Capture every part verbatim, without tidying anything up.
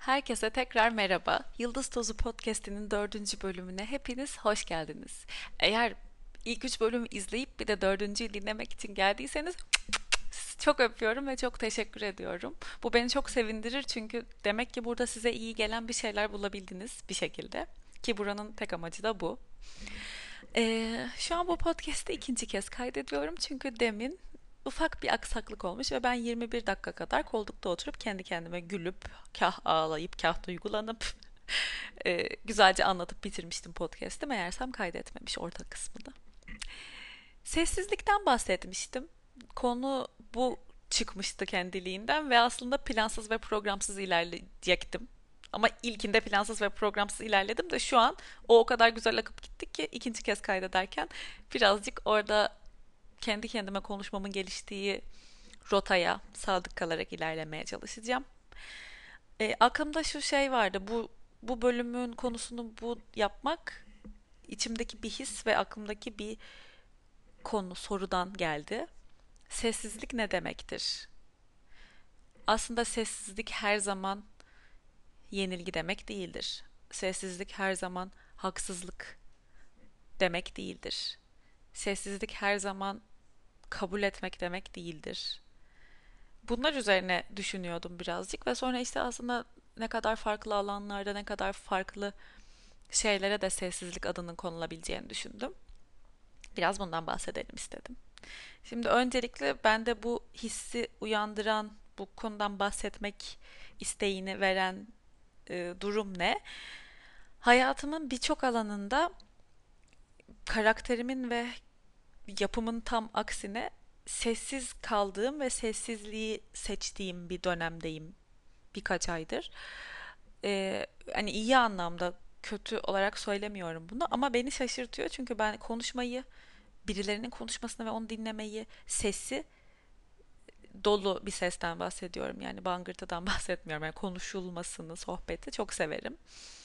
Herkese tekrar merhaba. Yıldız Tozu Podcast'inin dördüncü bölümüne hepiniz hoş geldiniz. Eğer ilk üç bölümü izleyip bir de dördüncüyü dinlemek için geldiyseniz sizi çok öpüyorum ve çok teşekkür ediyorum. Bu beni çok sevindirir çünkü demek ki burada size iyi gelen bir şeyler bulabildiniz bir şekilde. Ki buranın tek amacı da bu. Ee, şu an bu podcast'i ikinci kez kaydediyorum çünkü demin ufak bir aksaklık olmuş ve ben yirmi bir dakika kadar koltukta oturup kendi kendime gülüp, kah ağlayıp, kah duygulanıp e, güzelce anlatıp bitirmiştim podcast'i. Meğersem kaydetmemiş orta kısmını. Sessizlikten bahsetmiştim. Konu bu çıkmıştı kendiliğinden ve aslında plansız ve programsız ilerleyecektim. Ama ilkinde plansız ve programsız ilerledim de şu an o o kadar güzel akıp gitti ki ikinci kez kaydederken birazcık orada kendi kendime konuşmamın geliştiği rotaya sadık kalarak ilerlemeye çalışacağım. E, aklımda şu şey vardı. Bu bu bölümün konusunu bu yapmak içimdeki bir his ve aklımdaki bir konu sorudan geldi. Sessizlik ne demektir? Aslında sessizlik her zaman yenilgi demek değildir. Sessizlik her zaman haksızlık demek değildir. Sessizlik her zaman kabul etmek demek değildir. Bunlar üzerine düşünüyordum birazcık ve sonra işte aslında ne kadar farklı alanlarda ne kadar farklı şeylere de sessizlik adının konulabileceğini düşündüm. Biraz bundan bahsedelim istedim. Şimdi öncelikle bende bu hissi uyandıran, bu konudan bahsetmek isteğini veren e, durum ne? Hayatımın birçok alanında karakterimin ve yapımın tam aksine sessiz kaldığım ve sessizliği seçtiğim bir dönemdeyim birkaç aydır. Ee, hani iyi anlamda kötü olarak söylemiyorum bunu ama beni şaşırtıyor çünkü ben konuşmayı, birilerinin konuşmasını ve onu dinlemeyi, sesi dolu bir sesten bahsediyorum. Yani bangırtıdan bahsetmiyorum. Yani konuşulmasını, sohbeti çok severim.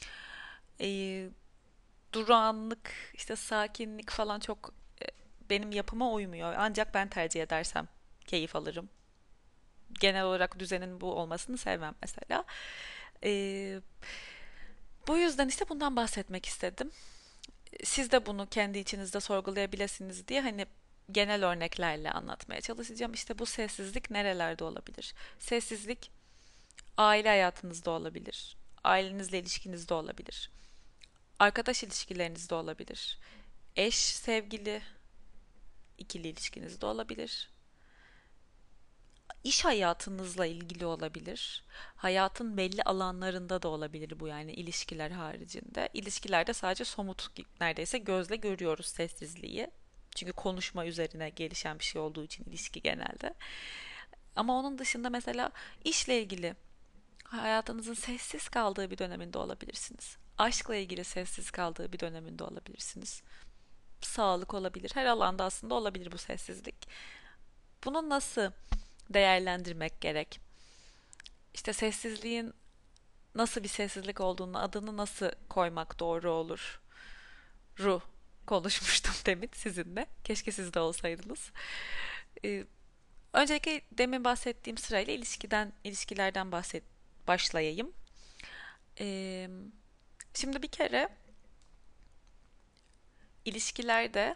Ee, Durağanlık, işte sakinlik falan çok e, benim yapıma uymuyor. Ancak ben tercih edersem keyif alırım. Genel olarak düzenin bu olmasını sevmem mesela. Ee, Bu yüzden işte bundan bahsetmek istedim. Siz de bunu kendi içinizde sorgulayabilirsiniz diye hani genel örneklerle anlatmaya çalışacağım. İşte bu sessizlik nerelerde olabilir? Sessizlik aile hayatınızda olabilir. Ailenizle ilişkinizde olabilir. Arkadaş ilişkilerinizde olabilir. Eş, sevgili, ikili ilişkinizde olabilir. İş hayatınızla ilgili olabilir. Hayatın belli alanlarında da olabilir bu, yani ilişkiler haricinde. İlişkilerde sadece somut, neredeyse gözle görüyoruz sessizliği. Çünkü konuşma üzerine gelişen bir şey olduğu için ilişki genelde. Ama onun dışında mesela işle ilgili hayatınızın sessiz kaldığı bir döneminde olabilirsiniz. Aşkla ilgili sessiz kaldığı bir döneminde olabilirsiniz. Sağlık olabilir. Her alanda aslında olabilir bu sessizlik. Bunu nasıl değerlendirmek gerek? İşte sessizliğin nasıl bir sessizlik olduğunu, adını nasıl koymak doğru olur? Ru konuşmuştum demin sizinle. Keşke siz de olsaydınız. Ee, Öncelikle demin bahsettiğim sırayla ilişkiden, ilişkilerden bahset başlayayım. Ee, Şimdi bir kere ilişkilerde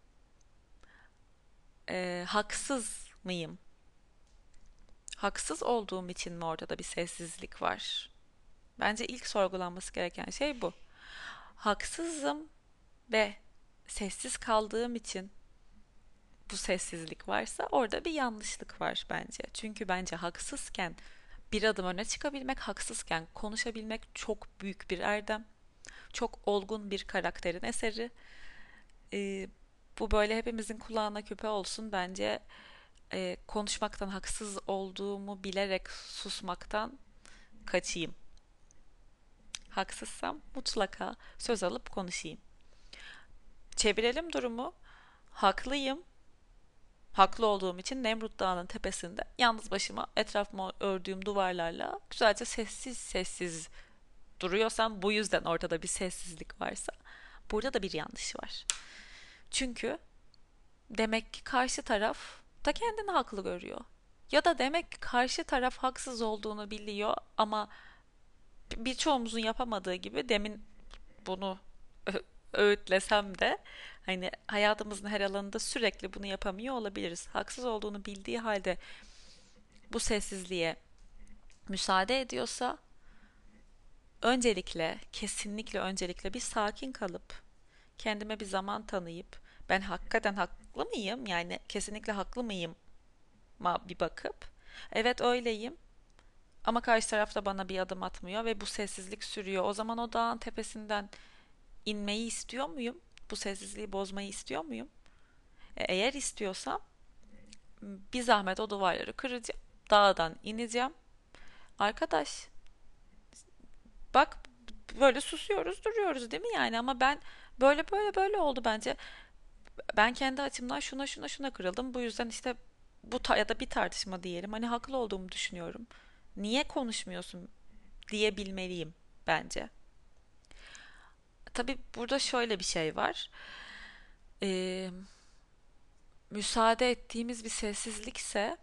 e, haksız mıyım? Haksız olduğum için mi ortada bir sessizlik var? Bence ilk sorgulanması gereken şey bu. Haksızım ve sessiz kaldığım için bu sessizlik varsa orada bir yanlışlık var bence. Çünkü bence haksızken bir adım öne çıkabilmek, haksızken konuşabilmek çok büyük bir erdem. Çok olgun bir karakterin eseri. Ee, Bu böyle hepimizin kulağına küpe olsun. Bence e, konuşmaktan, haksız olduğumu bilerek susmaktan kaçayım. Haksızsam mutlaka söz alıp konuşayım. Çevirelim durumu. Haklıyım. Haklı olduğum için Nemrut Dağı'nın tepesinde yalnız başıma etrafıma ördüğüm duvarlarla güzelce sessiz sessiz duruyorsam, bu yüzden ortada bir sessizlik varsa burada da bir yanlış var. Çünkü demek ki karşı taraf da kendini haklı görüyor. Ya da demek ki karşı taraf haksız olduğunu biliyor ama birçoğumuzun yapamadığı gibi demin bunu ö- öğütlesem de hani hayatımızın her alanında sürekli bunu yapamıyor olabiliriz. Haksız olduğunu bildiği halde bu sessizliğe müsaade ediyorsa öncelikle, kesinlikle öncelikle bir sakin kalıp kendime bir zaman tanıyıp ben hakikaten haklı mıyım? Yani kesinlikle haklı mıyım? Ma bir bakıp evet öyleyim ama karşı taraf da bana bir adım atmıyor ve bu sessizlik sürüyor. O zaman o dağın tepesinden inmeyi istiyor muyum? Bu sessizliği bozmayı istiyor muyum? E, Eğer istiyorsam bir zahmet o duvarları kıracağım. Dağdan ineceğim. Arkadaş bak böyle susuyoruz duruyoruz değil mi yani ama ben böyle böyle böyle oldu bence. Ben kendi açımdan şuna şuna şuna kırıldım. Bu yüzden işte bu ta- ya da bir tartışma diyelim. Hani haklı olduğumu düşünüyorum. Niye konuşmuyorsun diyebilmeliyim bence. Tabii burada şöyle bir şey var. Ee, Müsaade ettiğimiz bir sessizlikse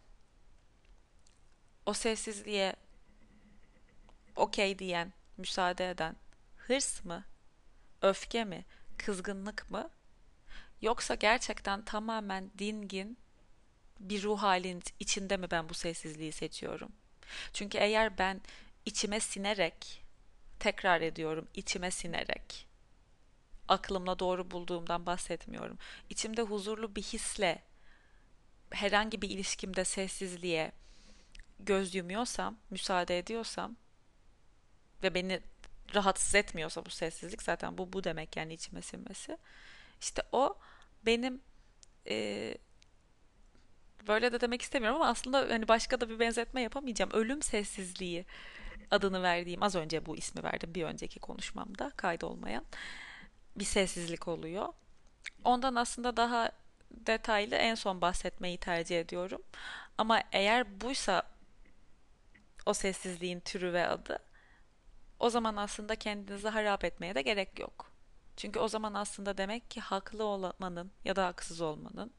o sessizliğe okey diyen, müsaade eden hırs mı, öfke mi, kızgınlık mı? Yoksa gerçekten tamamen dingin bir ruh halinin içinde mi ben bu sessizliği seçiyorum? Çünkü eğer ben içime sinerek, tekrar ediyorum, içime sinerek, aklımla doğru bulduğumdan bahsetmiyorum. İçimde huzurlu bir hisle herhangi bir ilişkimde sessizliğe göz yumuyorsam, müsaade ediyorsam ve beni rahatsız etmiyorsa bu sessizlik zaten bu bu demek yani içime sinmesi. İşte o benim e, böyle de demek istemiyorum ama aslında hani başka da bir benzetme yapamayacağım. Ölüm sessizliği adını verdiğim az önce bu ismi verdim bir önceki konuşmamda kaydolmayan bir sessizlik oluyor. Ondan aslında daha detaylı en son bahsetmeyi tercih ediyorum. Ama eğer buysa o sessizliğin türü ve adı, o zaman aslında kendinizi harap etmeye de gerek yok. Çünkü o zaman aslında demek ki haklı olmanın ya da haksız olmanın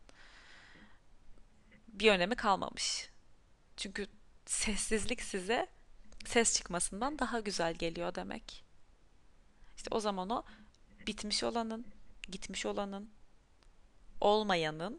bir önemi kalmamış. Çünkü sessizlik size ses çıkmasından daha güzel geliyor demek. İşte o zaman o bitmiş olanın, gitmiş olanın, olmayanın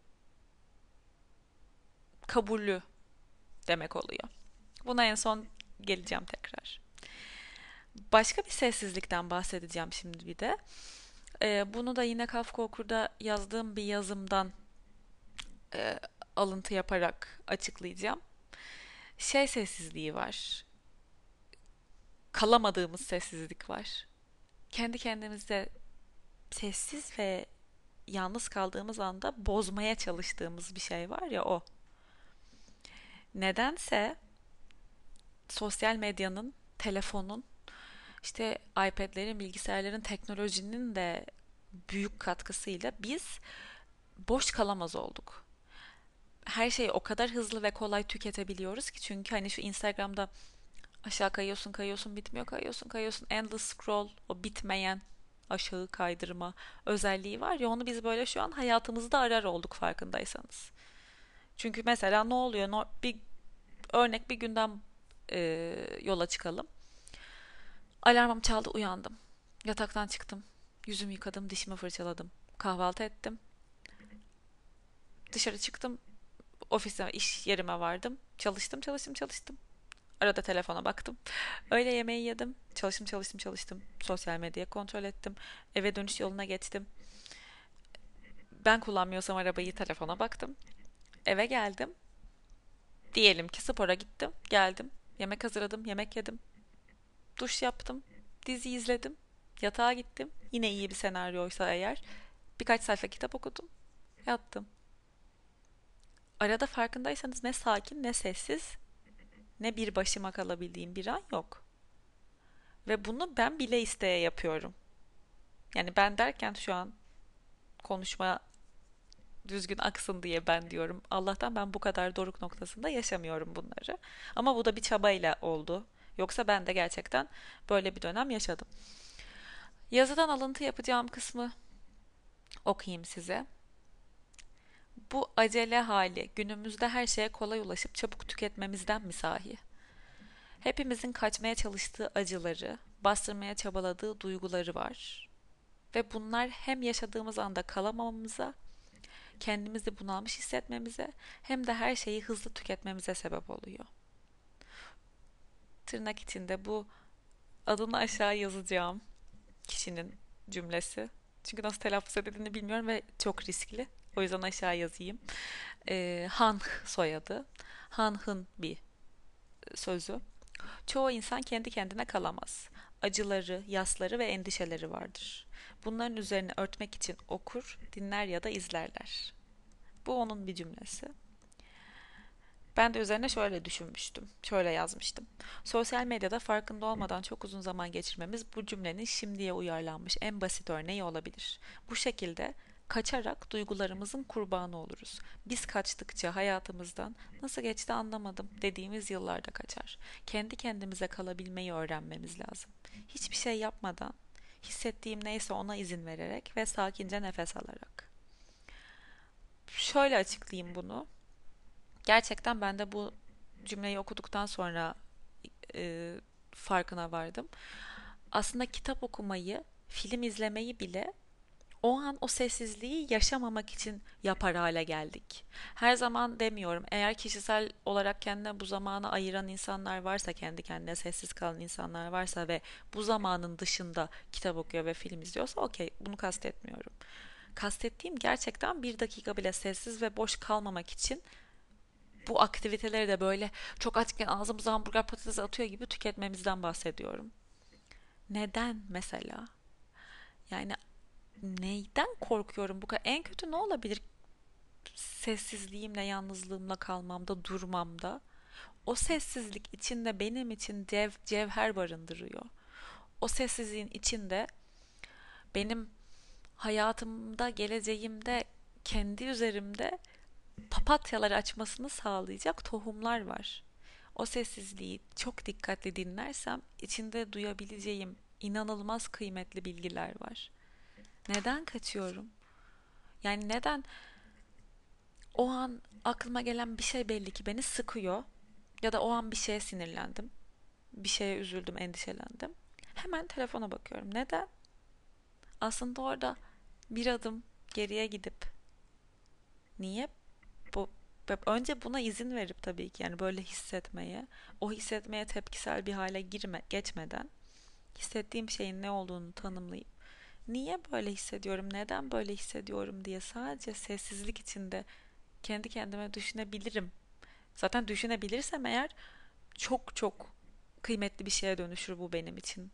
kabulü demek oluyor. Buna en son geleceğim tekrar. Başka bir sessizlikten bahsedeceğim şimdi bir de. Ee, bunu da yine Kafka Okur'da yazdığım bir yazımdan e, alıntı yaparak açıklayacağım. Şey sessizliği var. Kalamadığımız sessizlik var. Kendi kendimize sessiz ve yalnız kaldığımız anda bozmaya çalıştığımız bir şey var ya o. Nedense sosyal medyanın, telefonun, işte iPad'lerin, bilgisayarların, teknolojinin de büyük katkısıyla biz boş kalamaz olduk. Her şeyi o kadar hızlı ve kolay tüketebiliyoruz ki çünkü hani şu Instagram'da aşağı kayıyorsun, kayıyorsun, bitmiyor, kayıyorsun, kayıyorsun. Endless scroll, o bitmeyen aşağı kaydırma özelliği var ya onu biz böyle şu an hayatımızda arar olduk farkındaysanız. Çünkü mesela ne oluyor? No- bir örnek bir günden e, yola çıkalım. Alarmım çaldı, uyandım. Yataktan çıktım. Yüzümü yıkadım, dişimi fırçaladım. Kahvaltı ettim. Dışarı çıktım. Ofise, iş yerime vardım. Çalıştım, çalıştım, çalıştım. Arada telefona baktım. Öğle yemeği yedim. Çalıştım, çalıştım, çalıştım. Sosyal medyayı kontrol ettim. Eve dönüş yoluna geçtim. Ben kullanmıyorsam arabayı telefona baktım. Eve geldim. Diyelim ki spora gittim. Geldim. Yemek hazırladım. Yemek yedim. Duş yaptım. Dizi izledim. Yatağa gittim. Yine iyi bir senaryoysa eğer. Birkaç sayfa kitap okudum. Yattım. Arada farkındaysanız ne sakin ne sessiz ne bir başıma kalabildiğim bir an yok. Ve bunu ben bile isteye yapıyorum. Yani ben derken şu an konuşma düzgün aksın diye ben diyorum. Allah'tan ben bu kadar doruk noktasında yaşamıyorum bunları. Ama bu da bir çabayla oldu. Yoksa ben de gerçekten böyle bir dönem yaşadım. Yazıdan alıntı yapacağım kısmı okuyayım size. Bu acele hali günümüzde her şeye kolay ulaşıp çabuk tüketmemizden mi sahi? Hepimizin kaçmaya çalıştığı acıları, bastırmaya çabaladığı duyguları var. Ve bunlar hem yaşadığımız anda kalamamamıza, kendimizi bunalmış hissetmemize, hem de her şeyi hızlı tüketmemize sebep oluyor. Tırnak içinde bu adını aşağı yazacağım kişinin cümlesi. Çünkü nasıl telaffuz edildiğini bilmiyorum ve çok riskli. O yüzden aşağı yazayım. Ee, Han soyadı. Han Hın bir sözü. Çoğu insan kendi kendine kalamaz. Acıları, yasları ve endişeleri vardır. Bunların üzerine örtmek için okur, dinler ya da izlerler. Bu onun bir cümlesi. Ben de üzerine şöyle düşünmüştüm, şöyle yazmıştım. Sosyal medyada farkında olmadan çok uzun zaman geçirmemiz bu cümlenin şimdiye uyarlanmış en basit örneği olabilir. Bu şekilde kaçarak duygularımızın kurbanı oluruz. Biz kaçtıkça hayatımızdan nasıl geçti anlamadım dediğimiz yıllarda kaçar. Kendi kendimize kalabilmeyi öğrenmemiz lazım. Hiçbir şey yapmadan, hissettiğim neyse ona izin vererek ve sakince nefes alarak. Şöyle açıklayayım bunu. Gerçekten ben de bu cümleyi okuduktan sonra e, farkına vardım. Aslında kitap okumayı, film izlemeyi bile o an o sessizliği yaşamamak için yapar hale geldik. Her zaman demiyorum. Eğer kişisel olarak kendine bu zamanı ayıran insanlar varsa, kendi kendine sessiz kalan insanlar varsa ve bu zamanın dışında kitap okuyor ve film izliyorsa okey, bunu kastetmiyorum. Kastettiğim gerçekten bir dakika bile sessiz ve boş kalmamak için bu aktiviteleri de böyle çok açken ağzımıza hamburger patates atıyor gibi tüketmemizden bahsediyorum. Neden mesela? Yani neyden korkuyorum bu kadar? En kötü ne olabilir? Sessizliğimle, yalnızlığımla kalmamda, durmamda. O sessizlik içinde benim için cev, cevher barındırıyor. O sessizliğin içinde benim hayatımda, geleceğimde, kendi üzerimde papatyalar açmasını sağlayacak tohumlar var. O sessizliği çok dikkatli dinlersem içinde duyabileceğim inanılmaz kıymetli bilgiler var. Neden kaçıyorum? Yani neden o an aklıma gelen bir şey belli ki beni sıkıyor ya da o an bir şeye sinirlendim, bir şeye üzüldüm, endişelendim. Hemen telefona bakıyorum. Neden? Aslında orada bir adım geriye gidip niye bu önce buna izin verip tabii ki yani böyle hissetmeye, o hissetmeye tepkisel bir hale girme, geçmeden hissettiğim şeyin ne olduğunu tanımlayıp niye böyle hissediyorum, neden böyle hissediyorum diye sadece sessizlik içinde kendi kendime düşünebilirim. Zaten düşünebilirsem eğer çok çok kıymetli bir şeye dönüşür bu benim için.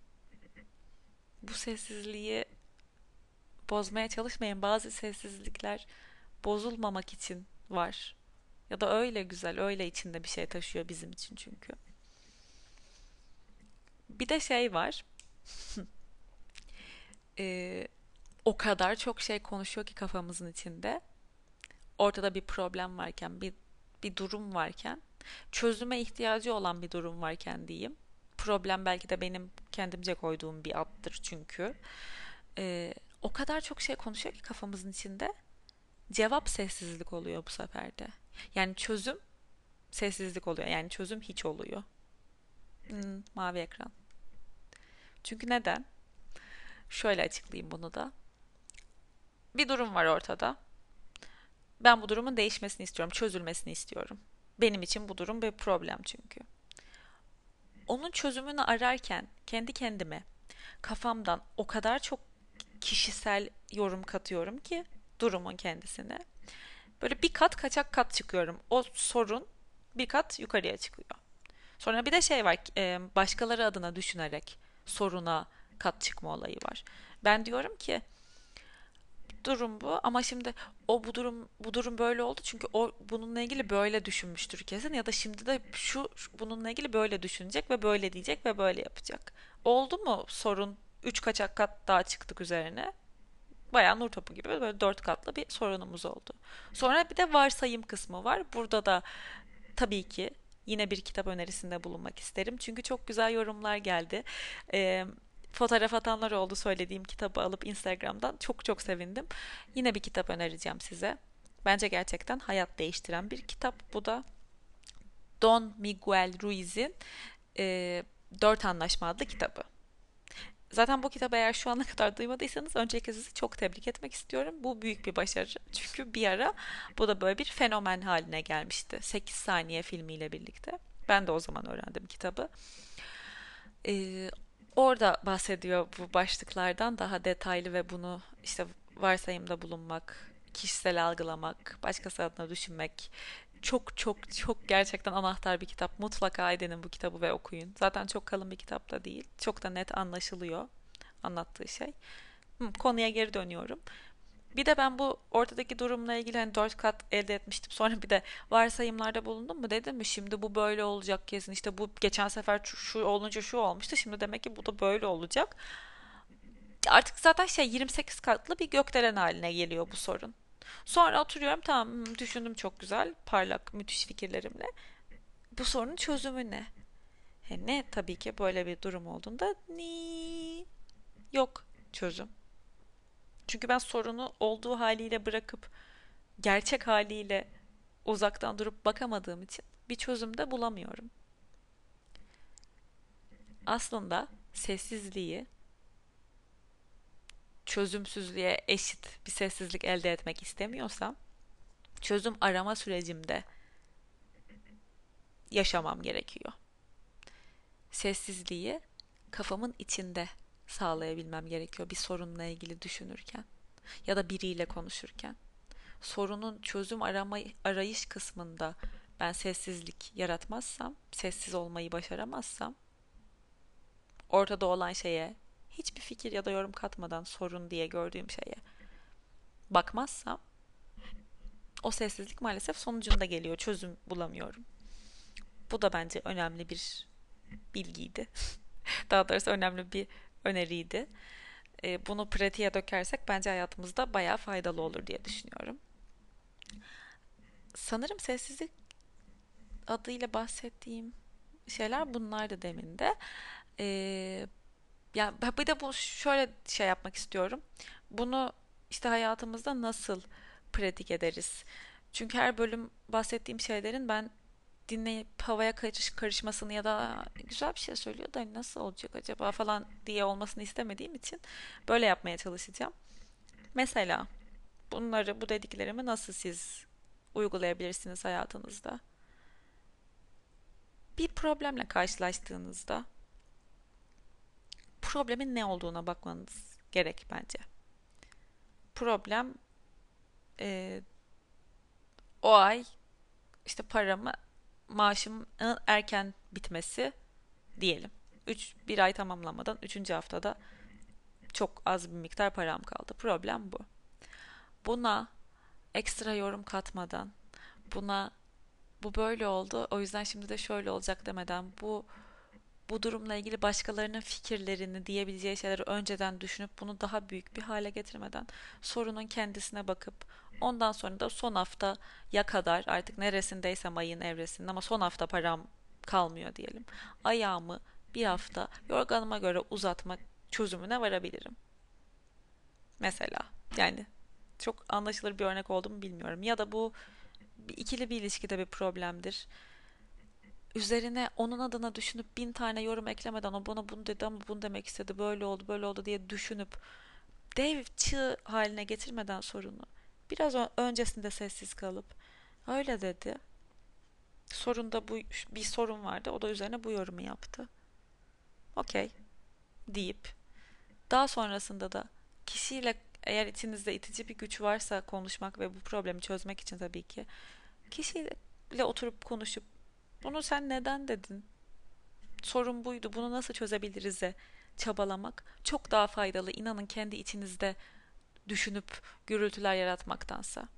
Bu sessizliği bozmaya çalışmayın. Bazı sessizlikler bozulmamak için var. Ya da öyle güzel, öyle içinde bir şey taşıyor bizim için çünkü. Bir de şey var. Ee, O kadar çok şey konuşuyor ki kafamızın içinde. Ortada bir problem varken, bir bir durum varken, çözüme ihtiyacı olan bir durum varken diyeyim. Problem belki de benim kendimce koyduğum bir addır çünkü. Ee, O kadar çok şey konuşuyor ki kafamızın içinde. Cevap sessizlik oluyor bu sefer de. Yani çözüm sessizlik oluyor. Yani çözüm hiç oluyor. Hmm, mavi ekran. Çünkü neden? Şöyle açıklayayım bunu da. Bir durum var ortada. Ben bu durumun değişmesini istiyorum, çözülmesini istiyorum. Benim için bu durum bir problem çünkü. Onun çözümünü ararken kendi kendime kafamdan o kadar çok kişisel yorum katıyorum ki durumun kendisine. Böyle bir kat kaçak kat çıkıyorum. O sorun bir kat yukarıya çıkıyor. Sonra bir de şey var, e, başkaları adına düşünerek soruna kat çıkma olayı var. Ben diyorum ki durum bu ama şimdi o bu durum bu durum böyle oldu çünkü o bununla ilgili böyle düşünmüştür kesin ya da şimdi de şu, şu bununla ilgili böyle düşünecek ve böyle diyecek ve böyle yapacak. Oldu mu sorun üç kaçak kat daha çıktık üzerine. Bayağı nur topu gibi böyle dört katlı bir sorunumuz oldu. Sonra bir de varsayım kısmı var. Burada da tabii ki yine bir kitap önerisinde bulunmak isterim. Çünkü çok güzel yorumlar geldi. Ee, Fotoğraf atanlar oldu söylediğim kitabı alıp Instagram'dan. Çok çok sevindim. Yine bir kitap önereceğim size. Bence gerçekten hayat değiştiren bir kitap bu da. Don Miguel Ruiz'in e, Dört Anlaşma adlı kitabı. Zaten bu kitabı eğer şu ana kadar duymadıysanız öncelikle sizi çok tebrik etmek istiyorum. Bu büyük bir başarı. Çünkü bir ara bu da böyle bir fenomen haline gelmişti. Sekiz saniye filmiyle birlikte. Ben de o zaman öğrendim kitabı. Ee, Orada bahsediyor bu başlıklardan daha detaylı ve bunu işte varsayımda bulunmak, kişisel algılamak, başkası adına düşünmek. Çok çok çok gerçekten anahtar bir kitap. Mutlaka edinin bu kitabı ve okuyun. Zaten çok kalın bir kitap da değil. Çok da net anlaşılıyor anlattığı şey. Hı, konuya geri dönüyorum. Bir de ben bu ortadaki durumla ilgili hani dört kat elde etmiştim. Sonra bir de varsayımlarda bulundum mu dedim mi şimdi bu böyle olacak kesin. İşte bu geçen sefer şu, şu olunca şu olmuştu. Şimdi demek ki bu da böyle olacak. Artık zaten şey yirmi sekiz katlı bir gökdelen haline geliyor bu sorun. Sonra oturuyorum tamam hmm, düşündüm çok güzel parlak müthiş fikirlerimle. Bu sorunun çözümü ne? He, ne tabii ki böyle bir durum olduğunda ni yok çözüm. Çünkü ben sorunu olduğu haliyle bırakıp gerçek haliyle uzaktan durup bakamadığım için bir çözüm de bulamıyorum. Aslında sessizliği çözümsüzlüğe eşit bir sessizlik elde etmek istemiyorsam çözüm arama sürecimde yaşamam gerekiyor. Sessizliği kafamın içinde sağlayabilmem gerekiyor bir sorunla ilgili düşünürken ya da biriyle konuşurken. Sorunun çözüm arama arayış kısmında ben sessizlik yaratmazsam, sessiz olmayı başaramazsam, ortada olan şeye hiçbir fikir ya da yorum katmadan sorun diye gördüğüm şeye bakmazsam o sessizlik maalesef sonucunda geliyor. Çözüm bulamıyorum. Bu da bence önemli bir bilgiydi. Daha doğrusu önemli bir öneriydi. E, bunu pratiğe dökersek bence hayatımızda bayağı faydalı olur diye düşünüyorum. Sanırım sessizlik adıyla bahsettiğim şeyler bunlardı demin de. Ee, Ya bir de bu şöyle şey yapmak istiyorum. Bunu işte hayatımızda nasıl pratik ederiz? Çünkü her bölüm bahsettiğim şeylerin ben dinleyip havaya karış, karışmasını ya da güzel bir şey söylüyor da nasıl olacak acaba falan diye olmasını istemediğim için böyle yapmaya çalışacağım. Mesela bunları, bu dediklerimi nasıl siz uygulayabilirsiniz hayatınızda? Bir problemle karşılaştığınızda problemin ne olduğuna bakmanız gerek bence. Problem e, o ay işte paramı maaşımın erken bitmesi diyelim. üç bir ay tamamlamadan üçüncü haftada çok az bir miktar param kaldı. Problem bu. Buna ekstra yorum katmadan, buna bu böyle oldu, o yüzden şimdi de şöyle olacak demeden, bu bu durumla ilgili başkalarının fikirlerini diyebileceği şeyleri önceden düşünüp bunu daha büyük bir hale getirmeden sorunun kendisine bakıp ondan sonra da son haftaya kadar artık neresindeysem ayın evresinde ama son hafta param kalmıyor diyelim. Ayağımı bir hafta yorganıma göre uzatmak çözümüne varabilirim. Mesela yani çok anlaşılır bir örnek oldu mu bilmiyorum. Ya da bu bir ikili bir ilişkide bir problemdir. Üzerine onun adına düşünüp bin tane yorum eklemeden o bana bunu dedi ama bunu demek istedi böyle oldu böyle oldu diye düşünüp dev çığ haline getirmeden sorunu biraz öncesinde sessiz kalıp öyle dedi. Sorunda bu bir sorun vardı. O da üzerine bu yorumu yaptı. Okey deyip daha sonrasında da kişiyle eğer içinizde itici bir güç varsa konuşmak ve bu problemi çözmek için tabii ki kişiyle oturup konuşup bunu sen neden dedin? Sorun buydu. Bunu nasıl çözebiliriz'e çabalamak çok daha faydalı. İnanın kendi içinizde düşünüp gürültüler yaratmaktansa.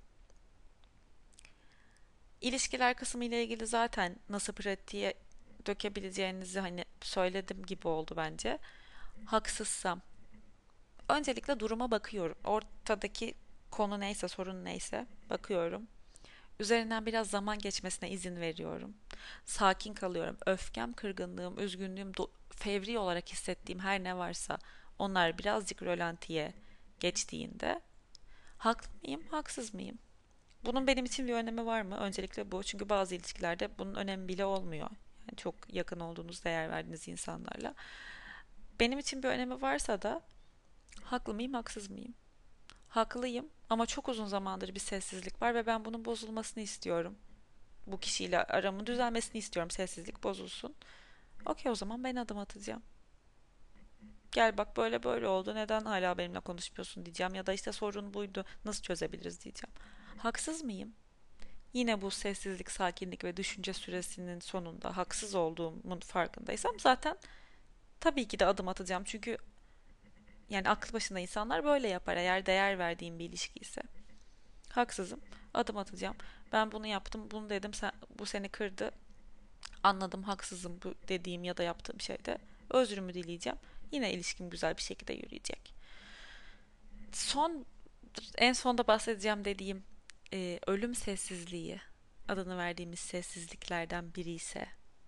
İlişkiler kısmı ile ilgili zaten nasıl pratiğe dökebileceğinizi hani söyledim gibi oldu bence. Haksızsam öncelikle duruma bakıyorum. Ortadaki konu neyse, sorun neyse bakıyorum. Üzerinden biraz zaman geçmesine izin veriyorum. Sakin kalıyorum. Öfkem, kırgınlığım, üzgünlüğüm, fevri olarak hissettiğim her ne varsa onlar birazcık rölantiye geçtiğinde haklı mıyım, haksız mıyım? Bunun benim için bir önemi var mı? Öncelikle bu. Çünkü bazı ilişkilerde bunun önemi bile olmuyor. Yani çok yakın olduğunuz, değer verdiğiniz insanlarla. Benim için bir önemi varsa da haklı mıyım, haksız mıyım? Haklıyım ama çok uzun zamandır bir sessizlik var ve ben bunun bozulmasını istiyorum. Bu kişiyle aramın düzelmesini istiyorum. Sessizlik bozulsun. Okey, o zaman ben adım atacağım. Gel bak, böyle böyle oldu. Neden hala benimle konuşmuyorsun diyeceğim. Ya da işte sorun buydu. Nasıl çözebiliriz diyeceğim. Haksız mıyım? Yine bu sessizlik, sakinlik ve düşünce süresinin sonunda haksız olduğumun farkındaysam zaten tabii ki de adım atacağım. Çünkü yani aklı başında insanlar böyle yapar eğer değer verdiğim bir ilişki ise. Haksızım. Adım atacağım. Ben bunu yaptım, bunu dedim. Sen, bu seni kırdı. Anladım, haksızım bu dediğim ya da yaptığım şeyde. Özrümü dileyeceğim. Yine ilişkim güzel bir şekilde yürüyecek. Son, en sonda bahsedeceğim dediğim e, ölüm sessizliği adını verdiğimiz sessizliklerden biri ise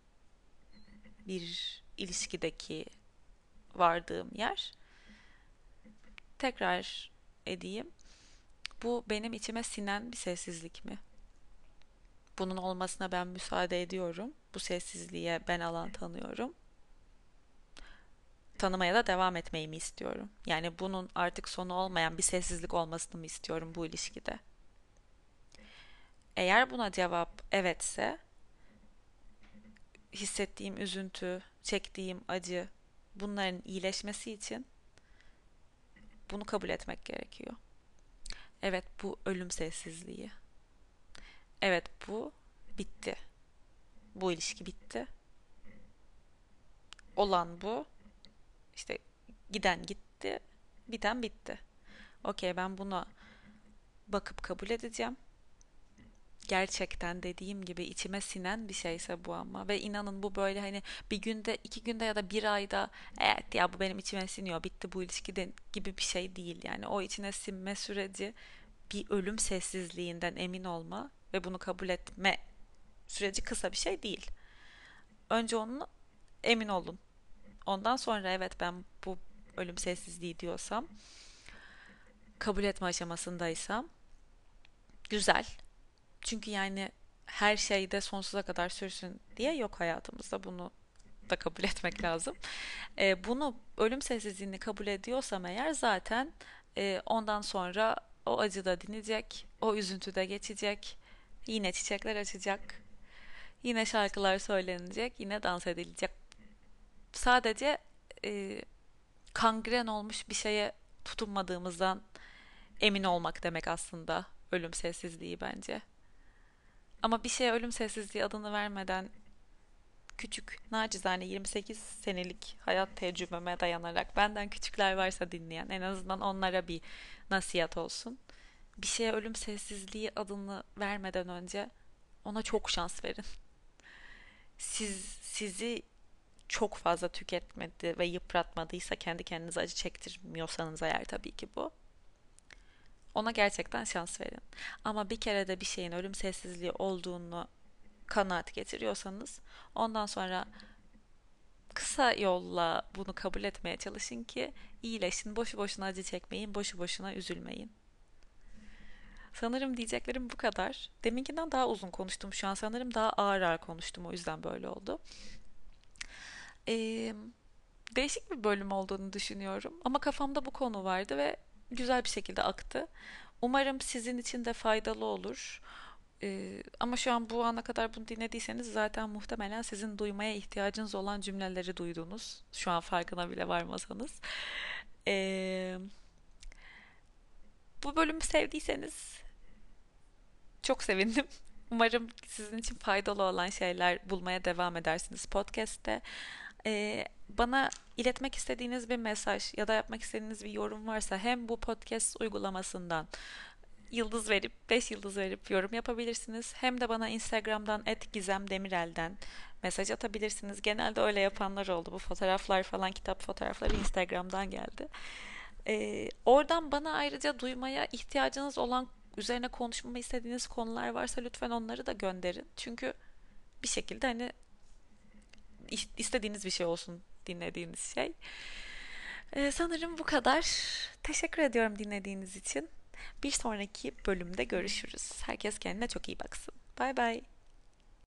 bir ilişkideki vardığım yer. Tekrar edeyim. Bu benim içime sinen bir sessizlik mi? Bunun olmasına ben müsaade ediyorum. Bu sessizliğe ben alan tanıyorum. Tanımaya da devam etmeyi mi istiyorum? Yani bunun artık sonu olmayan bir sessizlik olmasını mı istiyorum bu ilişkide? Eğer buna cevap evetse, hissettiğim üzüntü, çektiğim acı, bunların iyileşmesi için bunu kabul etmek gerekiyor. Evet, bu ölüm sessizliği. Evet, bu bitti. Bu ilişki bitti. Olan bu. İşte giden gitti, biten bitti. Okey, ben buna bakıp kabul edeceğim. Gerçekten dediğim gibi içime sinen bir şeyse bu ama ve inanın bu böyle hani bir günde, iki günde ya da bir ayda evet ya bu benim içime siniyor, bitti bu ilişki de, gibi bir şey değil. Yani o içine sinme süreci bir ölüm sessizliğinden emin olma ve bunu kabul etme süreci kısa bir şey değil. Önce onu emin olun. Ondan sonra evet ben bu ölüm sessizliği diyorsam, kabul etme aşamasındaysam güzel. Çünkü yani her şeyde sonsuza kadar sürsün diye yok hayatımızda. Bunu da kabul etmek lazım. E, bunu ölüm sessizliğini kabul ediyorsam eğer zaten e, ondan sonra o acı da dinecek, o üzüntü de geçecek, yine çiçekler açacak, yine şarkılar söylenecek, yine dans edilecek. Sadece e, kangren olmuş bir şeye tutunmadığımızdan emin olmak demek aslında ölüm sessizliği bence. Ama bir şeye ölüm sessizliği adını vermeden küçük, nacizane yirmi sekiz senelik hayat tecrübeme dayanarak benden küçükler varsa dinleyen en azından onlara bir nasihat olsun. Bir şeye ölüm sessizliği adını vermeden önce ona çok şans verin. Siz sizi çok fazla tüketmedi ve yıpratmadıysa, kendi kendinize acı çektirmiyorsanız eğer tabii ki bu. Ona gerçekten şans verin. Ama bir kere de bir şeyin ölüm sessizliği olduğunu kanaat getiriyorsanız ondan sonra kısa yolla bunu kabul etmeye çalışın ki iyileşin. Boşu boşuna acı çekmeyin, boşu boşuna üzülmeyin. Sanırım diyeceklerim bu kadar. Deminkinden daha uzun konuştum şu an. Sanırım daha ağır ağır konuştum, o yüzden böyle oldu. Ee, Değişik bir bölüm olduğunu düşünüyorum. Ama kafamda bu konu vardı ve güzel bir şekilde aktı. Umarım sizin için de faydalı olur. Ee, ama şu an bu ana kadar bunu dinlediyseniz zaten muhtemelen sizin duymaya ihtiyacınız olan cümleleri duydunuz. Şu an farkına bile varmasanız. Ee, Bu bölümü sevdiyseniz çok sevindim. Umarım sizin için faydalı olan şeyler bulmaya devam edersiniz podcast'te. Ee, bana iletmek istediğiniz bir mesaj ya da yapmak istediğiniz bir yorum varsa hem bu podcast uygulamasından yıldız verip beş yıldız verip yorum yapabilirsiniz. Hem de bana Instagram'dan et gizem demirel'den mesaj atabilirsiniz. Genelde öyle yapanlar oldu. Bu fotoğraflar falan, kitap fotoğrafları Instagram'dan geldi. Ee, oradan bana ayrıca duymaya ihtiyacınız olan, üzerine konuşmamı istediğiniz konular varsa lütfen onları da gönderin. Çünkü bir şekilde hani istediğiniz bir şey olsun dinlediğiniz şey. Ee, sanırım bu kadar. Teşekkür ediyorum dinlediğiniz için. Bir sonraki bölümde görüşürüz. Herkes kendine çok iyi baksın. Bay bay.